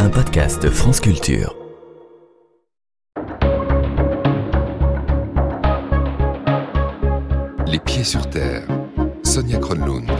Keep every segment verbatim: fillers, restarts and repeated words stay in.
un podcast France Culture. Les pieds sur terre, Sonia Kronlund.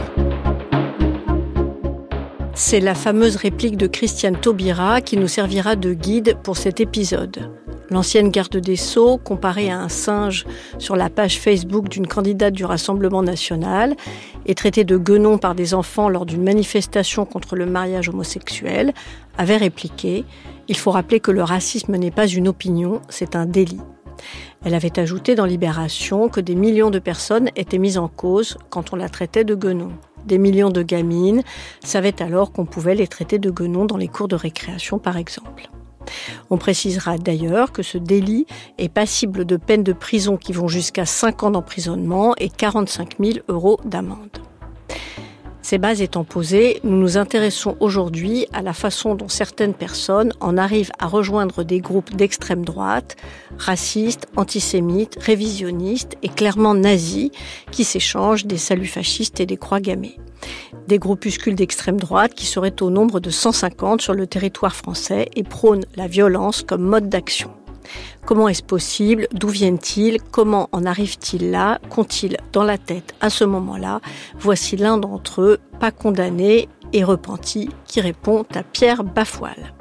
C'est la fameuse réplique de Christiane Taubira qui nous servira de guide pour cet épisode. L'ancienne garde des Sceaux, comparée à un singe sur la page Facebook d'une candidate du Rassemblement national et traitée de guenon par des enfants lors d'une manifestation contre le mariage homosexuel, avait répliqué « Il faut rappeler que le racisme n'est pas une opinion, c'est un délit ». Elle avait ajouté dans Libération que des millions de personnes étaient mises en cause quand on la traitait de guenon. Des millions de gamines savaient alors qu'on pouvait les traiter de guenon dans les cours de récréation, par exemple. On précisera d'ailleurs que ce délit est passible de peines de prison qui vont jusqu'à cinq ans d'emprisonnement et quarante-cinq mille euros d'amende. Ces bases étant posées, nous nous intéressons aujourd'hui à la façon dont certaines personnes en arrivent à rejoindre des groupes d'extrême droite, racistes, antisémites, révisionnistes et clairement nazis, qui s'échangent des saluts fascistes et des croix gammées. Des groupuscules d'extrême droite qui seraient au nombre de cent cinquante sur le territoire français et prônent la violence comme mode d'action. Comment est-ce possible ? D'où viennent-ils ? Comment en arrivent-ils là ? Qu'ont-ils dans la tête à ce moment-là ? Voici l'un d'entre eux, pas condamné et repenti, qui répond à Pierre Bafoile.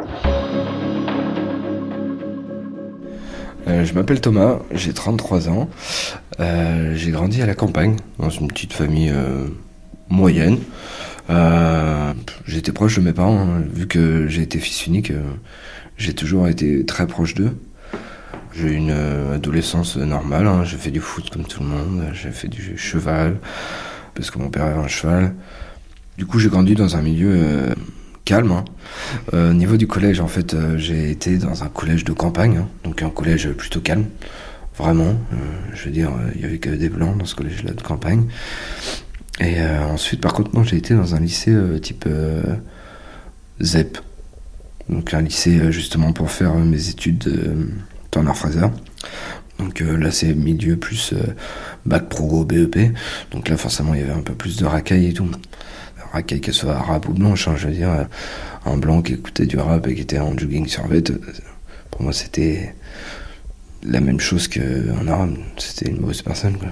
Euh, je m'appelle Thomas, j'ai trente-trois ans. Euh, j'ai grandi à la campagne, dans une petite famille euh, moyenne. Euh, j'étais proche de mes parents, hein, vu que j'ai été fils unique. Euh, j'ai toujours été très proche d'eux. J'ai eu une euh, adolescence normale, hein. J'ai fait du foot comme tout le monde, j'ai fait du cheval, parce que mon père avait un cheval. Du coup, j'ai grandi dans un milieu euh, calme. Hein. Euh, au niveau du collège, en fait, euh, j'ai été dans un collège de campagne, hein, donc un collège plutôt calme, vraiment. Euh, je veux dire, il euh, y avait que des blancs dans ce collège-là de campagne. Et euh, ensuite, par contre, non, j'ai été dans un lycée euh, type euh, Z E P. Donc un lycée euh, justement pour faire euh, mes études euh, Turner-Fraser. Donc euh, là c'est milieu plus euh, bac pro B E P. Donc là forcément il y avait un peu plus de racailles et tout. Racailles qu'elle soit arabe ou blanche, hein, je veux dire, euh, un blanc qui écoutait du rap et qui était en jogging survêt, euh, pour moi c'était la même chose qu'un arabe. C'était une mauvaise personne, quoi.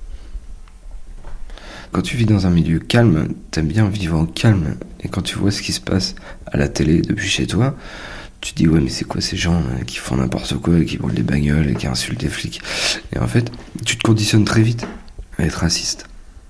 Quand tu vis dans un milieu calme, t'aimes bien vivre au calme. Et quand tu vois ce qui se passe à la télé depuis chez toi, tu te dis ouais mais c'est quoi ces gens hein, qui font n'importe quoi, qui brûlent des bagnoles et qui insultent des flics. Et en fait, tu te conditionnes très vite à être raciste.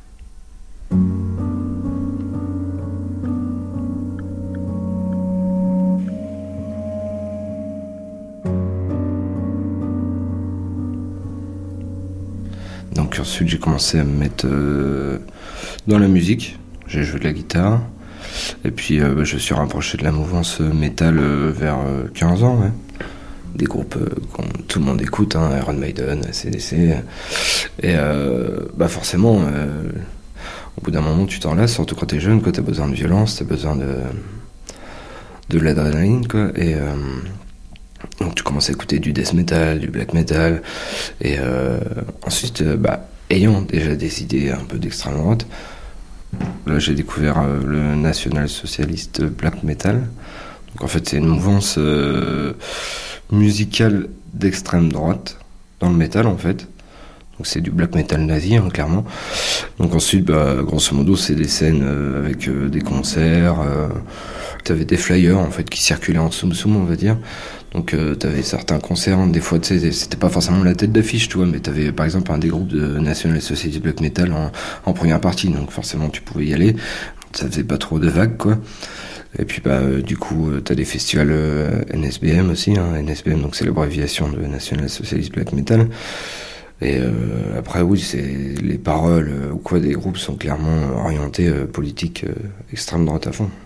Donc ensuite j'ai commencé à me mettre euh, dans la musique, j'ai joué de la guitare, et puis euh, je suis rapproché de la mouvance métal euh, vers euh, quinze ans, ouais. Des groupes euh, que tout le monde écoute, hein, Iron Maiden, A C D C, et euh, bah forcément, euh, au bout d'un moment tu t'en lasses, surtout quand t'es jeune, quand t'as besoin de violence, t'as besoin de, de l'adrénaline, quoi, et... Euh, Donc tu commences à écouter du death metal, du black metal, et euh, ensuite, euh, bah, ayant déjà des idées un peu d'extrême droite, là j'ai découvert euh, le national-socialiste black metal. Donc en fait c'est une mouvance euh, musicale d'extrême droite, dans le métal en fait. Donc c'est du black metal nazi, hein, clairement. Donc ensuite, bah, grosso modo, c'est des scènes euh, avec euh, des concerts. Euh, t'avais des flyers en fait qui circulaient en soum soum, on va dire. Donc euh, t'avais certains concerts, des fois tu sais, c'était pas forcément la tête d'affiche, tu vois, mais t'avais par exemple un des groupes de National Society Black Metal en, en première partie, donc forcément tu pouvais y aller. Ça faisait pas trop de vagues, quoi. Et puis bah euh, du coup euh, t'as des festivals euh, N S B M aussi, hein, N S B M, donc c'est l'abréviation de National Socialist Black Metal. Et euh, après oui, c'est les paroles euh, ou quoi des groupes sont clairement orientés euh, politique euh, extrême droite à fond.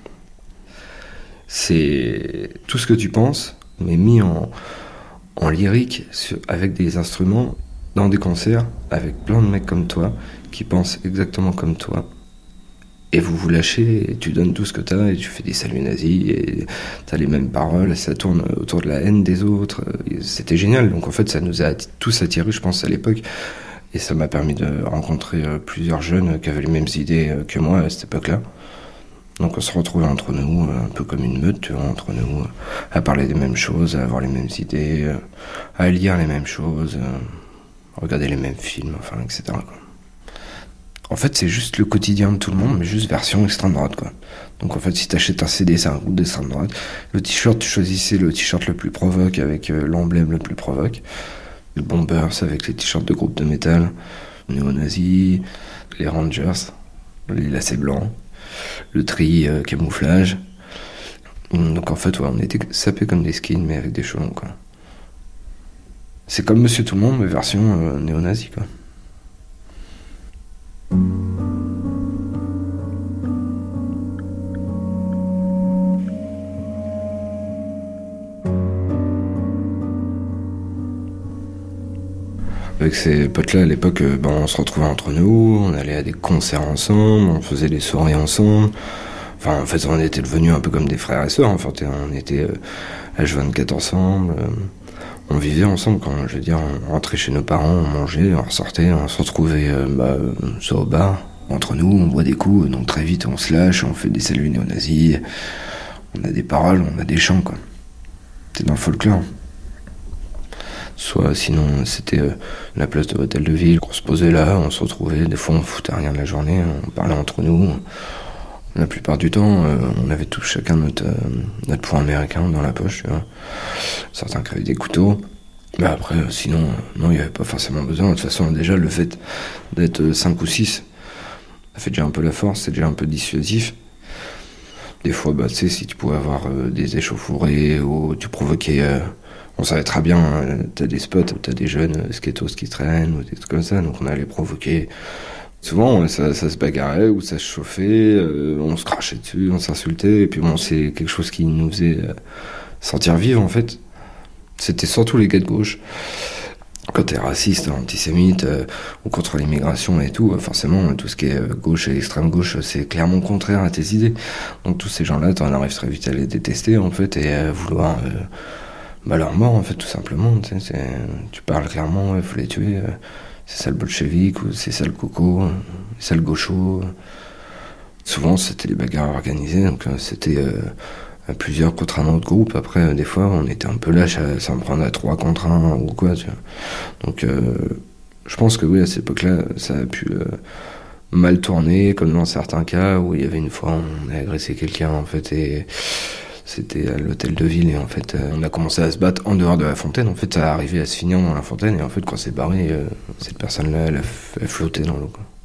C'est tout ce que tu penses, mais mis en, en lyrique sur, avec des instruments dans des concerts avec plein de mecs comme toi qui pensent exactement comme toi. Et vous vous lâchez, et tu donnes tout ce que t'as, et tu fais des saluts nazis, et t'as les mêmes paroles, ça tourne autour de la haine des autres. C'était génial. Donc en fait, ça nous a tous attirés, je pense, à l'époque. Et ça m'a permis de rencontrer plusieurs jeunes qui avaient les mêmes idées que moi à cette époque-là. Donc on se retrouvait entre nous, un peu comme une meute, tu vois, entre nous, à parler des mêmes choses, à avoir les mêmes idées, à lire les mêmes choses, à regarder les mêmes films, enfin, et cetera, quoi. En fait, c'est juste le quotidien de tout le monde, mais juste version extrême droite, quoi. Donc en fait, si t'achètes un C D, c'est un groupe d'extrême droite. Le t-shirt, tu choisissais le t-shirt le plus provoque avec euh, l'emblème le plus provoque. Le Bombers avec les t-shirts de groupe de métal, néo-nazis, les Rangers, les lacets blancs, le tri euh, camouflage. Donc en fait, ouais, on était sapés comme des skins, mais avec des cheveux longs, quoi. C'est comme Monsieur Tout-le-Monde, mais version euh, néo-nazi, quoi. Avec ces potes-là, à l'époque, euh, ben, on se retrouvait entre nous, on allait à des concerts ensemble, on faisait des soirées ensemble. Enfin, en fait, on était devenus un peu comme des frères et sœurs. En fait, on était euh, H vingt-quatre ensemble. Euh, on vivait ensemble, quand je veux dire, on rentrait chez nos parents, on mangeait, on ressortait, on se retrouvait euh, bah, soit au bar. Entre nous, on boit des coups, donc très vite, on se lâche, on fait des saluts néo-nazis. On a des paroles, on a des chants, quoi. C'est dans le folklore. Soit sinon c'était euh, la place de l'hôtel de ville, on se posait là, on se retrouvait, des fois on foutait rien de la journée, on parlait entre nous. La plupart du temps, euh, on avait tous chacun notre, euh, notre poing américain dans la poche, tu vois. Certains qui avaient des couteaux. Mais après, euh, sinon, euh, non, il n'y avait pas forcément besoin. De toute façon, déjà, le fait d'être euh, cinq ou six, ça fait déjà un peu la force, c'est déjà un peu dissuasif. Des fois, bah, tu sais, si tu pouvais avoir euh, des échauffourées ou tu provoquais... Euh, on savait très bien, hein, t'as des spots, t'as des jeunes euh, skatos qui traînent ou des trucs comme ça, donc on allait provoquer. Souvent, ça, ça se bagarrait ou ça se chauffait, euh, on se crachait dessus, on s'insultait, et puis bon, c'est quelque chose qui nous faisait euh, sentir vivre, en fait. C'était surtout les gars de gauche. Quand t'es raciste, antisémite, euh, ou contre l'immigration et tout, forcément, tout ce qui est gauche et extrême gauche, c'est clairement contraire à tes idées. Donc tous ces gens-là, t'en arrives très vite à les détester, en fait, et à vouloir... Euh, bah leur mort, en fait, tout simplement. Tu sais, c'est, tu parles clairement, il faut les tuer. Euh, c'est ça le bolchevique, ou c'est ça le coco, euh, c'est ça le gaucho. Souvent, c'était des bagarres organisées, donc euh, c'était euh, plusieurs contre un autre groupe. Après, euh, des fois, on était un peu lâche à s'en prendre à trois contre un ou quoi, tu vois. Donc, euh, je pense que oui, à cette époque-là, ça a pu euh, mal tourner, comme dans certains cas où il y avait une fois, on a agressé quelqu'un, en fait, et... C'était à l'hôtel de ville et en fait euh, on a commencé à se battre en dehors de la fontaine. En fait ça a arrivé à se finir dans la fontaine et en fait quand c'est barré, euh, cette personne-là elle a, elle a flotté dans l'eau, quoi.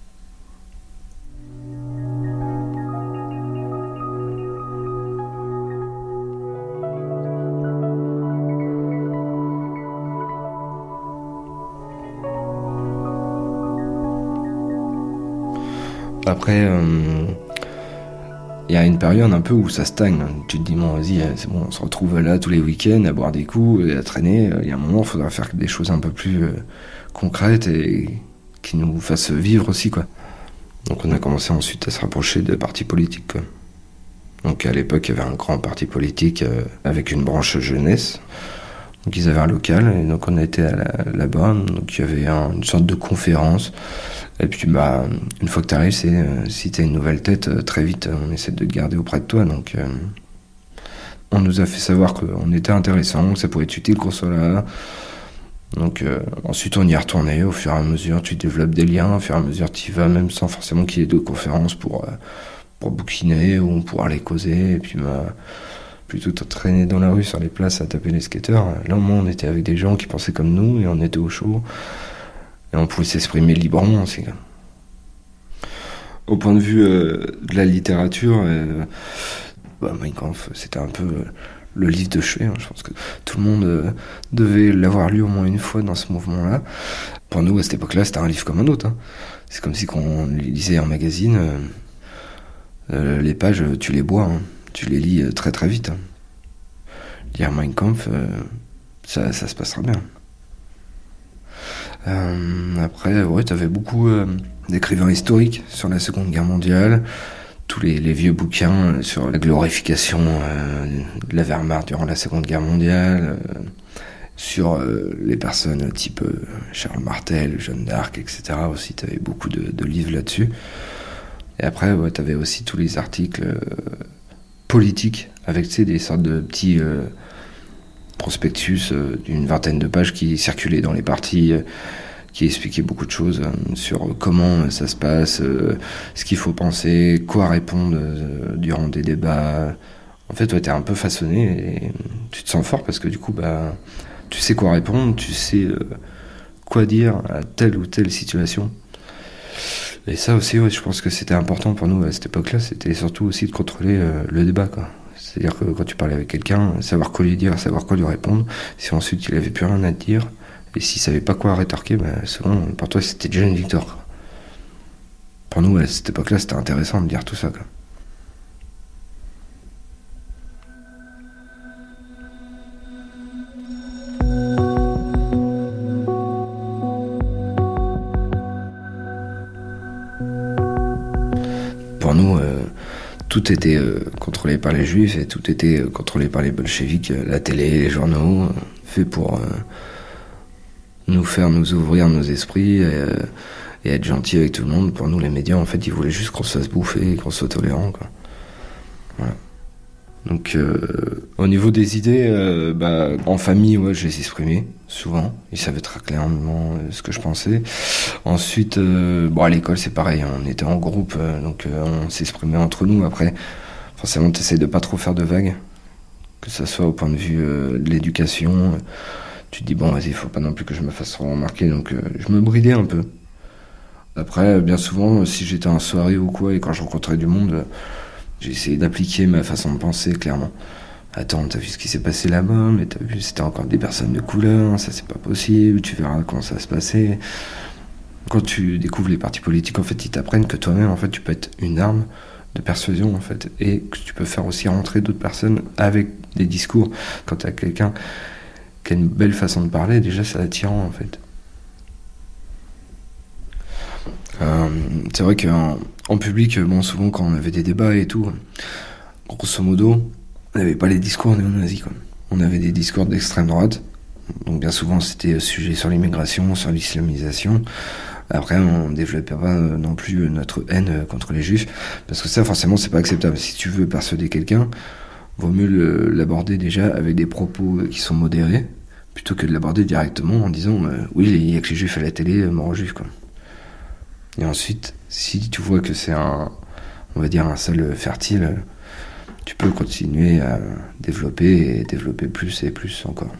Après euh, il y a une période un peu où ça stagne. Tu te dis, bon, vas-y, c'est bon, on se retrouve là tous les week-ends à boire des coups et à traîner. Il y a un moment, il faudra faire des choses un peu plus euh, concrètes et qui nous fassent vivre aussi, quoi. Donc on a commencé ensuite à se rapprocher de partis politiques, quoi. Donc à l'époque, il y avait un grand parti politique euh, avec une branche jeunesse. Donc ils avaient un local et donc on a été à la, là-bas. Donc il y avait un, une sorte de conférence. Et puis bah une fois que tu arrives, c'est euh, si t'as une nouvelle tête, euh, très vite on essaie de te garder auprès de toi. Donc euh, on nous a fait savoir qu'on était intéressant, que ça pouvait être utile qu'on soit là. Donc euh, ensuite on y est retourné. Au fur et à mesure, tu développes des liens. Au fur et à mesure, tu y vas même sans forcément qu'il y ait de conférences pour euh, pour bouquiner ou pour aller causer. Et puis bah plutôt de traîner dans la rue sur les places à taper les skateurs. Là au moins on était avec des gens qui pensaient comme nous et on était au chaud. Et on pouvait s'exprimer librement aussi. Au point de vue euh, de la littérature, euh, bah, Mein Kampf, c'était un peu euh, le livre de chevet. Hein. Je pense que tout le monde euh, devait l'avoir lu au moins une fois dans ce mouvement-là. Pour nous, à cette époque-là, c'était un livre comme un autre. Hein. C'est comme si quand on lisait un magazine, euh, euh, les pages, tu les bois, hein. Tu les lis euh, très très vite. Hein. Lire Mein Kampf, euh, ça, ça se passera bien. Euh, après, ouais, t'avais beaucoup euh, d'écrivains historiques sur la Seconde Guerre mondiale, tous les, les vieux bouquins sur la glorification euh, de la Wehrmacht durant la Seconde Guerre mondiale, euh, sur euh, les personnes type euh, Charles Martel, Jeanne d'Arc, et cetera. Aussi, t'avais beaucoup de, de livres là-dessus. Et après, ouais, t'avais aussi tous les articles euh, politiques, avec, tu sais, des sortes de petits euh, prospectus euh, d'une vingtaine de pages qui circulaient dans les partis, euh, qui expliquaient beaucoup de choses euh, sur comment ça se passe, euh, ce qu'il faut penser, quoi répondre euh, durant des débats. En fait, ouais, t'es un peu façonné et tu te sens fort parce que du coup, bah, tu sais quoi répondre, tu sais euh, quoi dire à telle ou telle situation. Et ça aussi, ouais, je pense que c'était important pour nous à cette époque-là, c'était surtout aussi de contrôler euh, le débat, quoi. C'est-à-dire que quand tu parlais avec quelqu'un, savoir quoi lui dire, savoir quoi lui répondre, si ensuite il avait plus rien à te dire, et s'il savait pas quoi rétorquer, bah, souvent, pour toi, c'était déjà une victoire, quoi. Pour nous, à cette époque-là, c'était intéressant de dire tout ça, quoi. Pour nous, euh, tout était euh, contrôlé par les juifs et tout était euh, contrôlé par les bolcheviks, euh, la télé, les journaux, euh, fait pour euh, nous faire nous ouvrir nos esprits et, euh, et être gentils avec tout le monde. Pour nous, les médias, en fait, ils voulaient juste qu'on se fasse bouffer et qu'on soit tolérant, quoi. Voilà. Donc, euh, au niveau des idées, euh, bah, en famille, ouais, je les exprimais souvent. Ils savaient très clairement euh, ce que je pensais. Ensuite, euh, bon, à l'école, c'est pareil. Hein, on était en groupe, euh, donc euh, on s'exprimait entre nous. Après, forcément, tu essaies de pas trop faire de vagues, que ça soit au point de vue euh, de l'éducation. Tu te dis, bon, vas-y, il faut pas non plus que je me fasse remarquer. Donc, euh, je me bridais un peu. Après, bien souvent, si j'étais en soirée ou quoi, et quand je rencontrais du monde... Euh, j'ai essayé d'appliquer ma façon de penser, clairement. Attends, t'as vu ce qui s'est passé là-bas, mais t'as vu, c'était encore des personnes de couleur, ça c'est pas possible, tu verras comment ça va se passer. Quand tu découvres les partis politiques, en fait, ils t'apprennent que toi-même, en fait, tu peux être une arme de persuasion, en fait, et que tu peux faire aussi rentrer d'autres personnes avec des discours. Quand t'as quelqu'un qui a une belle façon de parler, déjà, c'est attirant, en fait. Euh, c'est vrai qu'en en public, bon, souvent quand on avait des débats et tout, grosso modo, on n'avait pas les discours néo-nazis, quoi. On avait des discours d'extrême droite, donc bien souvent c'était sujet sur l'immigration, sur l'islamisation. Après, on ne développait pas non plus notre haine contre les juifs, parce que ça, forcément, c'est pas acceptable. Si tu veux persuader quelqu'un, vaut mieux le, l'aborder déjà avec des propos qui sont modérés, plutôt que de l'aborder directement en disant euh, oui, il n'y a que les juifs à la télé, mort aux juifs, quoi. Et ensuite, si tu vois que c'est un, on va dire, un sol fertile, tu peux continuer à développer et développer plus et plus encore.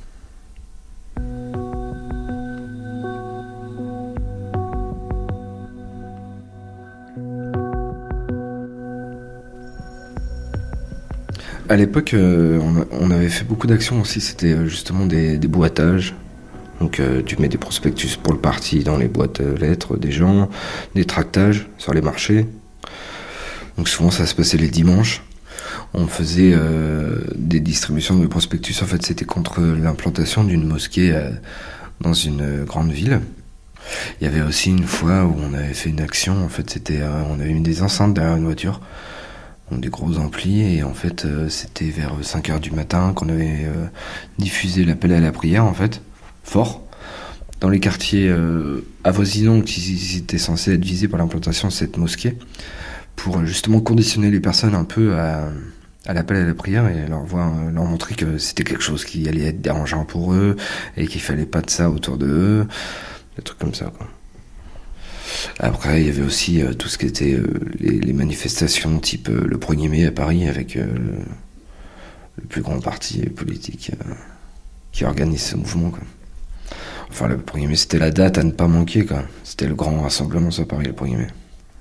À l'époque, euh, on, on avait fait beaucoup d'actions aussi, c'était justement des, des boîtages. Donc euh, tu mets des prospectus pour le parti dans les boîtes euh, lettres des gens, des tractages sur les marchés. Donc souvent ça se passait les dimanches. On faisait euh, des distributions de prospectus. En fait, c'était contre l'implantation d'une mosquée euh, dans une euh, grande ville. Il y avait aussi une fois où on avait fait une action. En fait, c'était, euh, on avait mis des enceintes derrière une voiture, donc des gros amplis, et en fait euh, c'était vers cinq heures du matin qu'on avait euh, diffusé l'appel à la prière, en fait. Fort, dans les quartiers euh, avoisinants qui étaient censés être visés par l'implantation de cette mosquée, pour justement conditionner les personnes un peu à, à l'appel à la prière et leur, voir, leur montrer que c'était quelque chose qui allait être dérangeant pour eux et qu'il fallait pas de ça autour d'eux, des trucs comme ça, quoi. Après, il y avait aussi euh, tout ce qui était euh, les, les manifestations type euh, le premier mai à Paris avec euh, le plus grand parti politique euh, qui organise ce mouvement, quoi. Enfin, le premier mai, c'était la date à ne pas manquer, quoi. C'était le grand rassemblement sur Paris, le premier mai.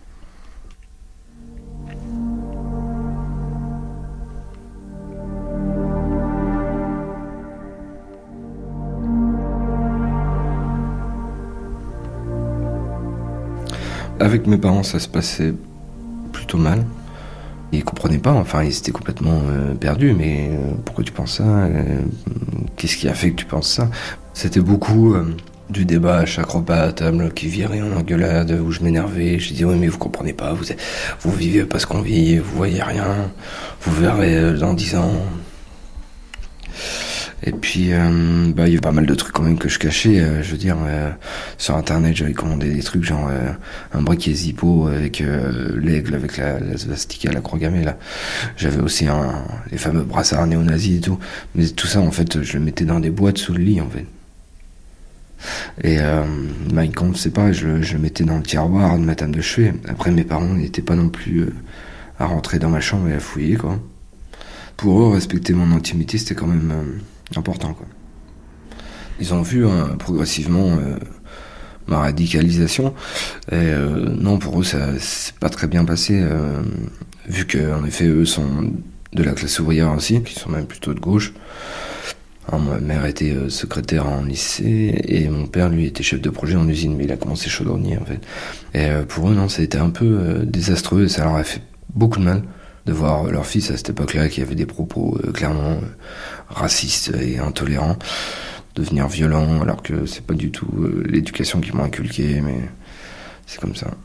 Avec mes parents, ça se passait plutôt mal. Ils comprenaient pas, enfin, ils étaient complètement euh, perdus. Mais euh, pourquoi tu penses ça euh, Qu'est-ce qui a fait que tu penses ça? C'était beaucoup euh, du débat à chaque repas à table qui virait en engueulade, où je m'énervais. Je disais, oui, mais vous comprenez pas, vous, vous vivez pas ce qu'on vit, vous voyez rien, vous verrez euh, dans dix ans. Et puis, euh, bah, il y a pas mal de trucs quand même que je cachais. Euh, je veux dire, euh, sur Internet, j'avais commandé des trucs genre euh, un briquet Zippo avec euh, l'aigle, avec la, la svastika, la croix gammée, là. J'avais aussi un, les fameux brassards néo-nazis et tout. Mais tout ça, en fait, je le mettais dans des boîtes sous le lit, en fait. Et euh, Mein Kampf, c'est pareil, je, je le mettais dans le tiroir de ma table de chevet. Après, mes parents n'étaient pas non plus euh, à rentrer dans ma chambre et à fouiller, quoi. Pour eux, respecter mon intimité, c'était quand même... Euh, important, quoi. Ils ont vu hein, progressivement euh, ma radicalisation et euh, non, pour eux ça c'est pas très bien passé euh, vu que en effet eux sont de la classe ouvrière aussi, qui sont même plutôt de gauche. Alors, ma mère était euh, secrétaire en lycée et mon père lui était chef de projet en usine, mais il a commencé chaudronnier en fait. Et euh, pour eux non, ça a été un peu euh, désastreux et ça leur a fait beaucoup de mal de voir leur fils à cette époque-là qui avait des propos euh, clairement euh, racistes et intolérants, devenir violent, alors que c'est pas du tout euh, l'éducation qu'ils m'ont inculquée, mais c'est comme ça.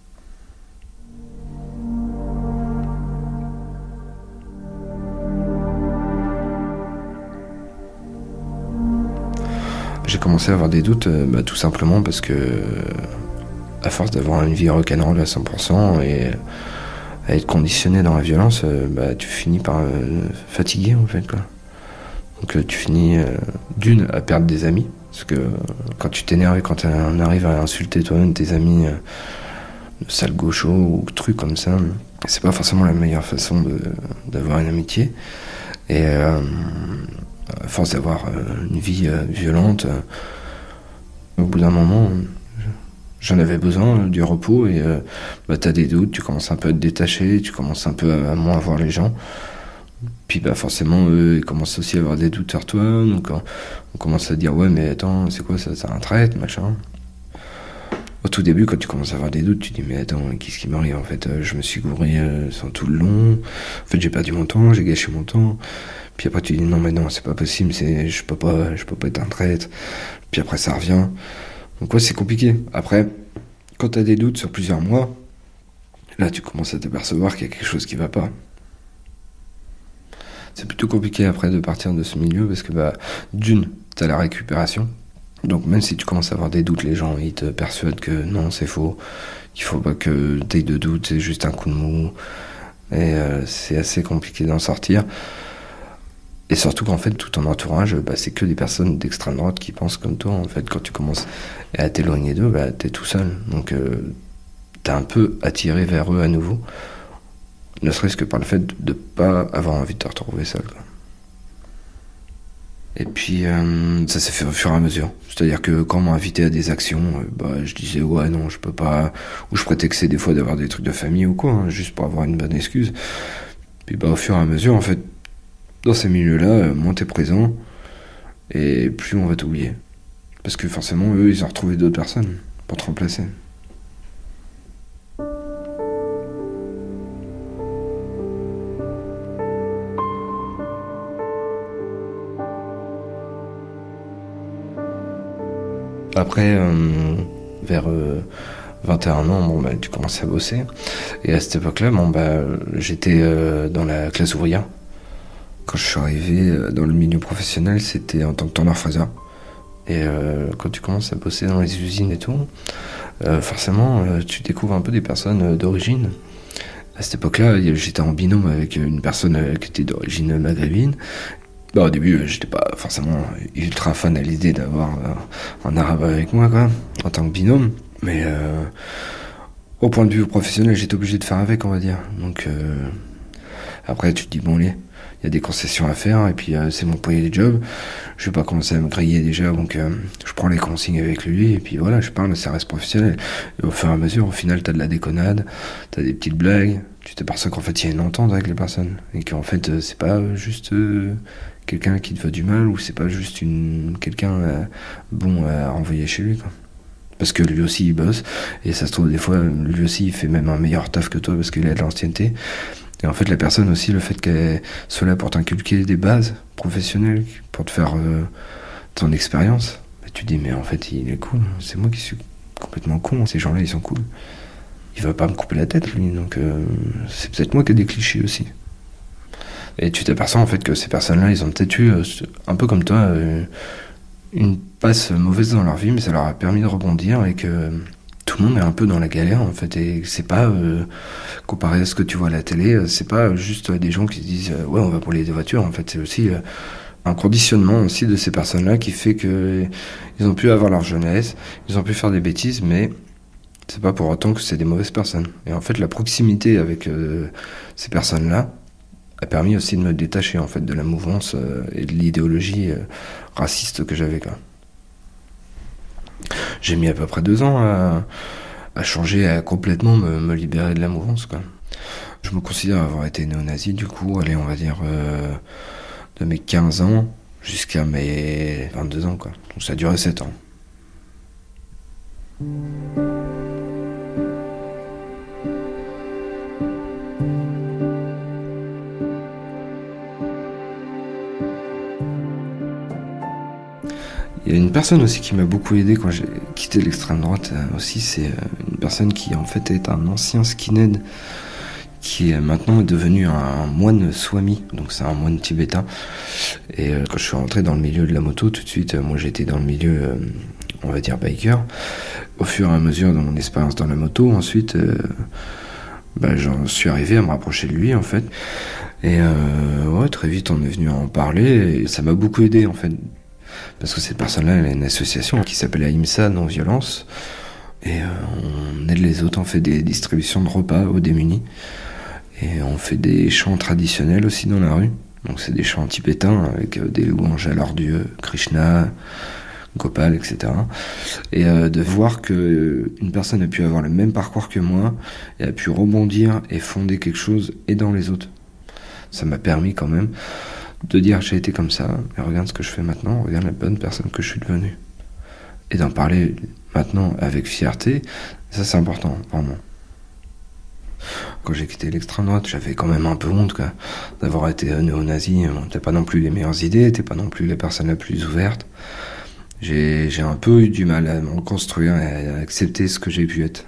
J'ai commencé à avoir des doutes, euh, bah, tout simplement parce que, euh, à force d'avoir une vie rock'n'roll à cent pour cent et à être conditionné dans la violence, euh, bah, tu finis par euh, fatiguer en fait, quoi. Donc euh, tu finis euh, d'une à perdre des amis, parce que euh, quand tu t'énerves et quand on arrive à insulter toi-même tes amis euh, de sale gaucho ou trucs comme ça, c'est pas forcément la meilleure façon de, d'avoir une amitié. Et euh, à force d'avoir euh, une vie euh, violente, euh, au bout d'un moment, j'en avais besoin, du repos, et euh, bah, t'as des doutes, tu commences un peu à te détacher, tu commences un peu à, à moins voir les gens. Puis bah forcément, eux, ils commencent aussi à avoir des doutes sur toi, donc on, on commence à dire « Ouais, mais attends, c'est quoi ça, c'est un traître, machin ?» Au tout début, quand tu commences à avoir des doutes, tu dis « Mais attends, qu'est-ce qui m'arrive en fait ? Je me suis gouré euh, sans tout le long, en fait j'ai perdu mon temps, j'ai gâché mon temps. » Puis après tu dis « Non mais non, c'est pas possible, c'est, je peux pas, je peux pas être un traître. » Puis après ça revient. Donc ouais, c'est compliqué. Après, quand t'as des doutes sur plusieurs mois, là tu commences à t'apercevoir qu'il y a quelque chose qui va pas. C'est plutôt compliqué après de partir de ce milieu parce que bah, d'une, t'as la récupération. Donc même si tu commences à avoir des doutes, les gens ils te persuadent que non, c'est faux, qu'il faut pas que t'aies de doute, c'est juste un coup de mou. Et euh, c'est assez compliqué d'en sortir. Et surtout qu'en fait, tout ton entourage, bah, c'est que des personnes d'extrême droite qui pensent comme toi. En fait, quand tu commences à t'éloigner d'eux, bah, t'es tout seul. Donc euh, t'es un peu attiré vers eux à nouveau. Ne serait-ce que par le fait de ne pas avoir envie de te retrouver seul, quoi. Et puis, euh, ça s'est fait au fur et à mesure. C'est-à-dire que quand on m'a invité à des actions, euh, bah, je disais, ouais, non, je peux pas... Ou je prétextais des fois d'avoir des trucs de famille ou quoi, hein, juste pour avoir une bonne excuse. Puis, bah, au fur et à mesure, en fait, dans ces milieux-là, euh, moins t'es présent, et plus on va t'oublier. Parce que forcément, eux, ils ont retrouvé d'autres personnes pour te remplacer. Après, euh, vers euh, vingt et un ans, bon, bah, tu commences à bosser. Et à cette époque-là, bon, bah, j'étais euh, dans la classe ouvrière. Quand je suis arrivé dans le milieu professionnel, c'était en tant que tonneur-fraiseur. Et euh, quand tu commences à bosser dans les usines et tout, euh, forcément, euh, tu découvres un peu des personnes euh, d'origine. À cette époque-là, j'étais en binôme avec une personne euh, qui était d'origine maghrébine. Bah, au début, j'étais pas forcément ultra fan à l'idée d'avoir euh, un arabe avec moi, quoi, en tant que binôme. Mais euh, au point de vue professionnel, j'étais obligé de faire avec, on va dire. Donc euh, après, tu te dis, bon, allez, il y a des concessions à faire, et puis euh, c'est mon premier job. Je vais pas commencer à me griller déjà, donc euh, je prends les consignes avec lui, et puis voilà, je parle, ça reste professionnel. Et au fur et à mesure, au final, t'as de la déconnade, t'as des petites blagues, tu t'aperçois qu'en fait, il y a une entente avec les personnes, et qu'en fait, euh, c'est pas juste... Euh, quelqu'un qui te veut du mal, ou c'est pas juste une quelqu'un euh, bon à renvoyer chez lui, quoi. Parce que lui aussi il bosse, et ça se trouve des fois lui aussi il fait même un meilleur taf que toi parce qu'il a de l'ancienneté. Et en fait la personne aussi, le fait qu'elle soit là pour t'inculquer des bases professionnelles, pour te faire euh, ton expérience, bah, tu te dis mais en fait il est cool, c'est moi qui suis complètement con, ces gens là ils sont cool, il va pas me couper la tête lui, donc euh, c'est peut-être moi qui ai des clichés aussi. Et tu t'aperçois en fait que ces personnes-là, ils ont peut-être eu, un peu comme toi, une passe mauvaise dans leur vie, mais ça leur a permis de rebondir et que tout le monde est un peu dans la galère en fait. Et c'est pas, euh, comparé à ce que tu vois à la télé, c'est pas juste des gens qui se disent euh, ouais, on va brûler des voitures. En fait, c'est aussi euh, un conditionnement aussi de ces personnes-là qui fait que ils ont pu avoir leur jeunesse, ils ont pu faire des bêtises, mais c'est pas pour autant que c'est des mauvaises personnes. Et en fait, la proximité avec euh, ces personnes-là a permis aussi de me détacher en fait de la mouvance euh, et de l'idéologie euh, raciste que j'avais quoi. J'ai mis à peu près deux ans à, à changer, à complètement me, me libérer de la mouvance quoi. Je me considère avoir été néo-nazi du coup, allez on va dire euh, de mes quinze ans jusqu'à mes vingt-deux ans quoi. Donc ça a duré sept ans. Il y a une personne aussi qui m'a beaucoup aidé quand j'ai quitté l'extrême droite aussi, c'est une personne qui en fait est un ancien skinhead qui est maintenant devenu un moine swami, donc c'est un moine tibétain. Et quand je suis rentré dans le milieu de la moto, tout de suite, moi j'étais dans le milieu, on va dire biker. Au fur et à mesure de mon expérience dans la moto, ensuite, euh, bah, j'en suis arrivé à me rapprocher de lui en fait. Et euh, ouais, très vite on est venu en parler et ça m'a beaucoup aidé en fait. Parce que cette personne-là, elle a une association qui s'appelle Ahimsa Non-Violence. Et euh, on aide les autres, on fait des distributions de repas aux démunis. Et on fait des chants traditionnels aussi dans la rue. Donc c'est des chants tibétains avec euh, des louanges à leur dieu, Krishna, Gopal, et cetera. Et euh, de voir qu'une personne a pu avoir le même parcours que moi et a pu rebondir et fonder quelque chose aidant les autres. Ça m'a permis quand même de dire j'ai été comme ça, mais regarde ce que je fais maintenant, regarde la bonne personne que je suis devenue. Et d'en parler maintenant avec fierté, ça c'est important, vraiment. Quand j'ai quitté l'extrême droite, j'avais quand même un peu honte quoi, d'avoir été néo-nazi. Bon, t'as pas non plus les meilleures idées, t'es pas non plus la personne la plus ouverte. J'ai, j'ai un peu eu du mal à me reconstruire et à accepter ce que j'ai pu être.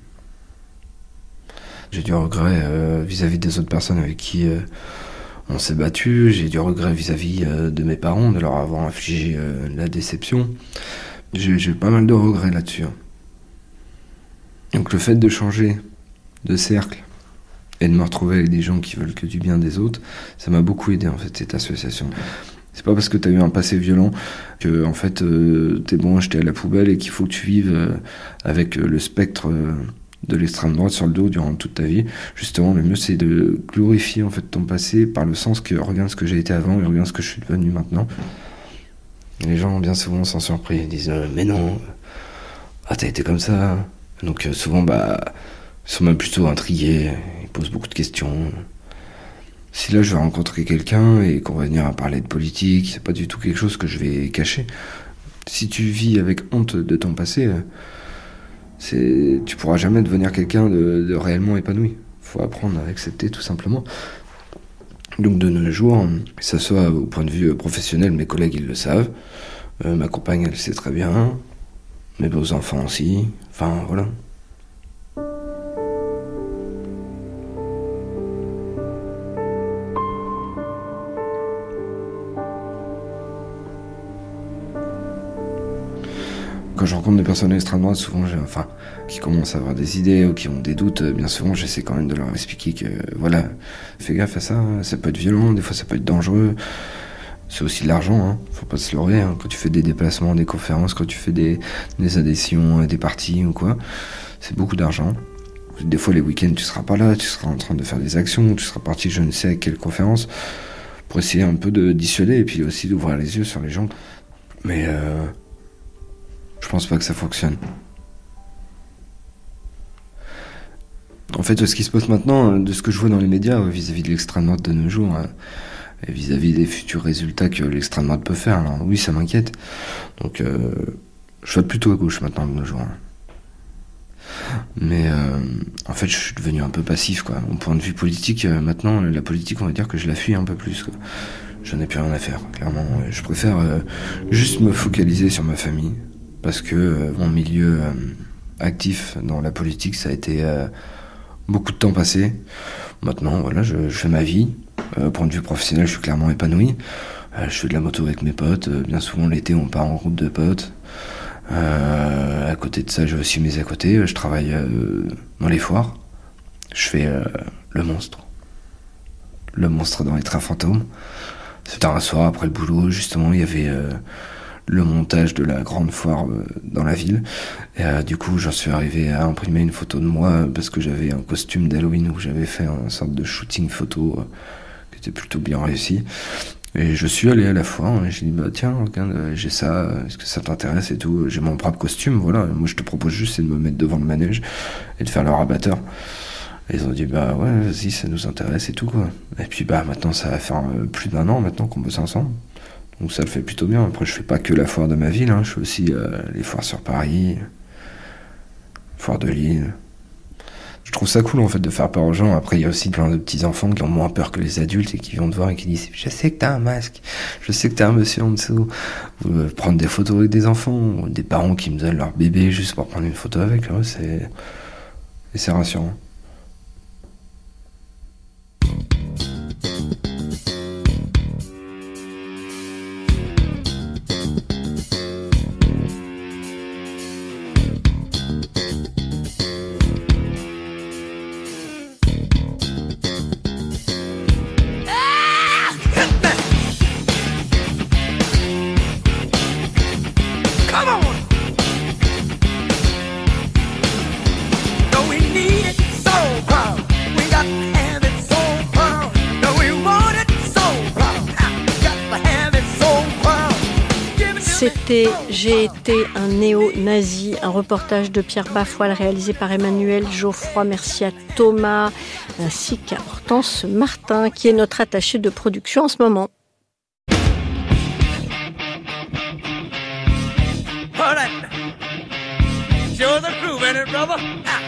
J'ai du regret euh, vis-à-vis des autres personnes avec qui euh, on s'est battu, j'ai du regret vis-à-vis euh, de mes parents, de leur avoir infligé euh, la déception. J'ai, j'ai pas mal de regrets là-dessus. Donc le fait de changer de cercle et de me retrouver avec des gens qui veulent que du bien des autres, ça m'a beaucoup aidé en fait, cette association. C'est pas parce que t'as eu un passé violent que en fait euh, t'es bon à jeter à la poubelle et qu'il faut que tu vives euh, avec euh, le spectre euh, de l'extrême droite sur le dos durant toute ta vie. Justement, le mieux c'est de glorifier en fait ton passé par le sens que regarde ce que j'ai été avant et regarde ce que je suis devenu maintenant. Et les gens bien souvent sont surpris, ils disent euh, mais non, ah t'as été comme ça. Donc euh, souvent bah ils sont même plutôt intrigués, ils posent beaucoup de questions. Si là je vais rencontrer quelqu'un et qu'on va venir à parler de politique, c'est pas du tout quelque chose que je vais cacher. Si tu vis avec honte de ton passé, c'est, tu pourras jamais devenir quelqu'un de, de réellement épanoui. Faut apprendre à accepter tout simplement. Donc de nos jours, que ce soit au point de vue professionnel, mes collègues ils le savent, euh, ma compagne elle sait très bien, mes beaux-enfants aussi, enfin voilà. Quand je rencontre des personnes d'extrême droite, souvent, j'ai, enfin, qui commencent à avoir des idées ou qui ont des doutes, bien souvent, j'essaie quand même de leur expliquer que, voilà, fais gaffe à ça, ça peut être violent, des fois ça peut être dangereux. C'est aussi de l'argent, hein, faut pas se leurrer, hein. Quand tu fais des déplacements, des conférences, quand tu fais des, des adhésions, des parties ou quoi, c'est beaucoup d'argent. Des fois, les week-ends, tu seras pas là, tu seras en train de faire des actions, tu seras parti je ne sais à quelle conférence, pour essayer un peu de dissuader et puis aussi d'ouvrir les yeux sur les gens. Mais, euh, je pense pas que ça fonctionne. En fait, ce qui se passe maintenant, de ce que je vois dans les médias vis-à-vis de l'extrême droite de nos jours, et vis-à-vis des futurs résultats que l'extrême droite peut faire, alors oui, ça m'inquiète. Donc, euh, je vote plutôt à gauche maintenant de nos jours. Mais euh, en fait, je suis devenu un peu passif, quoi. Au point de vue politique, maintenant, la politique, on va dire que je la fuis un peu plus, quoi. J'en ai plus rien à faire, clairement. Je préfère euh, juste me focaliser sur ma famille. Parce que euh, mon milieu euh, actif dans la politique, ça a été euh, beaucoup de temps passé. Maintenant, voilà, je, je fais ma vie. Euh, point de vue professionnel, je suis clairement épanoui. Euh, je fais de la moto avec mes potes. Euh, bien souvent l'été, on part en groupe de potes. Euh, à côté de ça, j'ai aussi mes à côté. Je travaille euh, dans les foires. Je fais euh, le monstre. Le monstre dans les trains fantômes. C'était un soir après le boulot, justement, il y avait euh, le montage de la grande foire euh, dans la ville. Et euh, du coup, j'en suis arrivé à imprimer une photo de moi parce que j'avais un costume d'Halloween où j'avais fait une sorte de shooting photo euh, qui était plutôt bien réussi. Et je suis allé à la foire et j'ai dit, bah tiens, regarde, j'ai ça, est-ce que ça t'intéresse et tout. J'ai mon propre costume, voilà. Moi, je te propose juste c'est de me mettre devant le manège et de faire le rabatteur. Et ils ont dit, bah ouais, vas-y, ça nous intéresse et tout, quoi. Et puis, bah maintenant, ça va faire euh, plus d'un an maintenant qu'on bosse ensemble. Donc ça le fait plutôt bien. Après, je fais pas que la foire de ma ville, hein. Je fais aussi euh, les foires sur Paris, foire de Lille. Je trouve ça cool en fait de faire peur aux gens. Après, il y a aussi plein de petits enfants qui ont moins peur que les adultes et qui viennent te voir et qui disent, je sais que t'as un masque, je sais que t'as un monsieur en dessous. Ou euh, prendre des photos avec des enfants, ou des parents qui me donnent leur bébé juste pour prendre une photo avec eux, c'est et c'est rassurant. C'était J'ai été un néo-nazi, un reportage de Pierre Bafoile réalisé par Emmanuel Geoffroy. Merci à Thomas ainsi qu'à Hortense Martin qui est notre attachée de production en ce moment. All right. Show the groove in it, brother. Ah.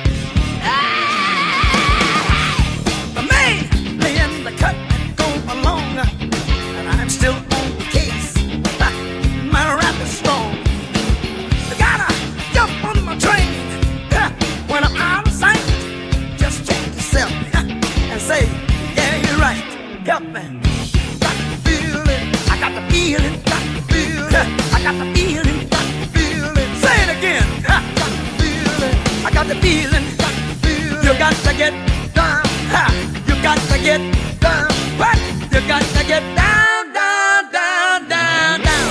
Ah. Man, laying the cut and go along, and I'm still on the case. Ah. My rap is strong. You gotta jump on my train. Ah. When I'm out of sight, just check yourself ah. and say, yeah, you're right. Help me. Got the feeling. I got the feeling. Got the feeling. Ah. I got the feeling. Say it again. Ha, got the feeling. I got the feeling. Got the feeling. You got to get down. Ha, you got to get down. What? You got to get down, down, down, down, down.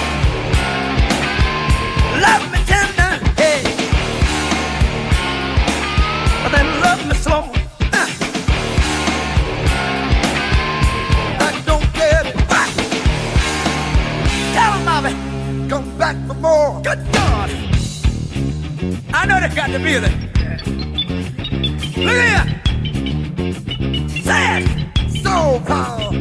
Love me tender, hey, but then love me slow. Uh. I don't get it. What? Tell 'em, Bobby, come back for more. Good God. I know they got the feeling. Look at here. Say it. Soul power.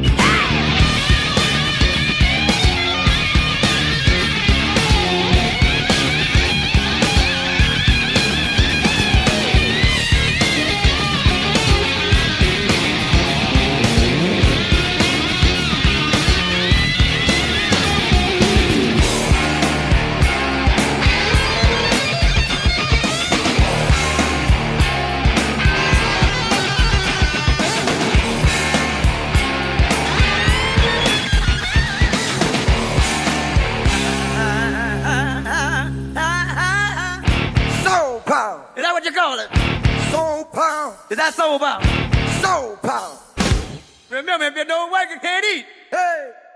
Is that what you call it? Soul power. Is that soul power? Soul power. Remember, if you don't work, you can't eat. Hey.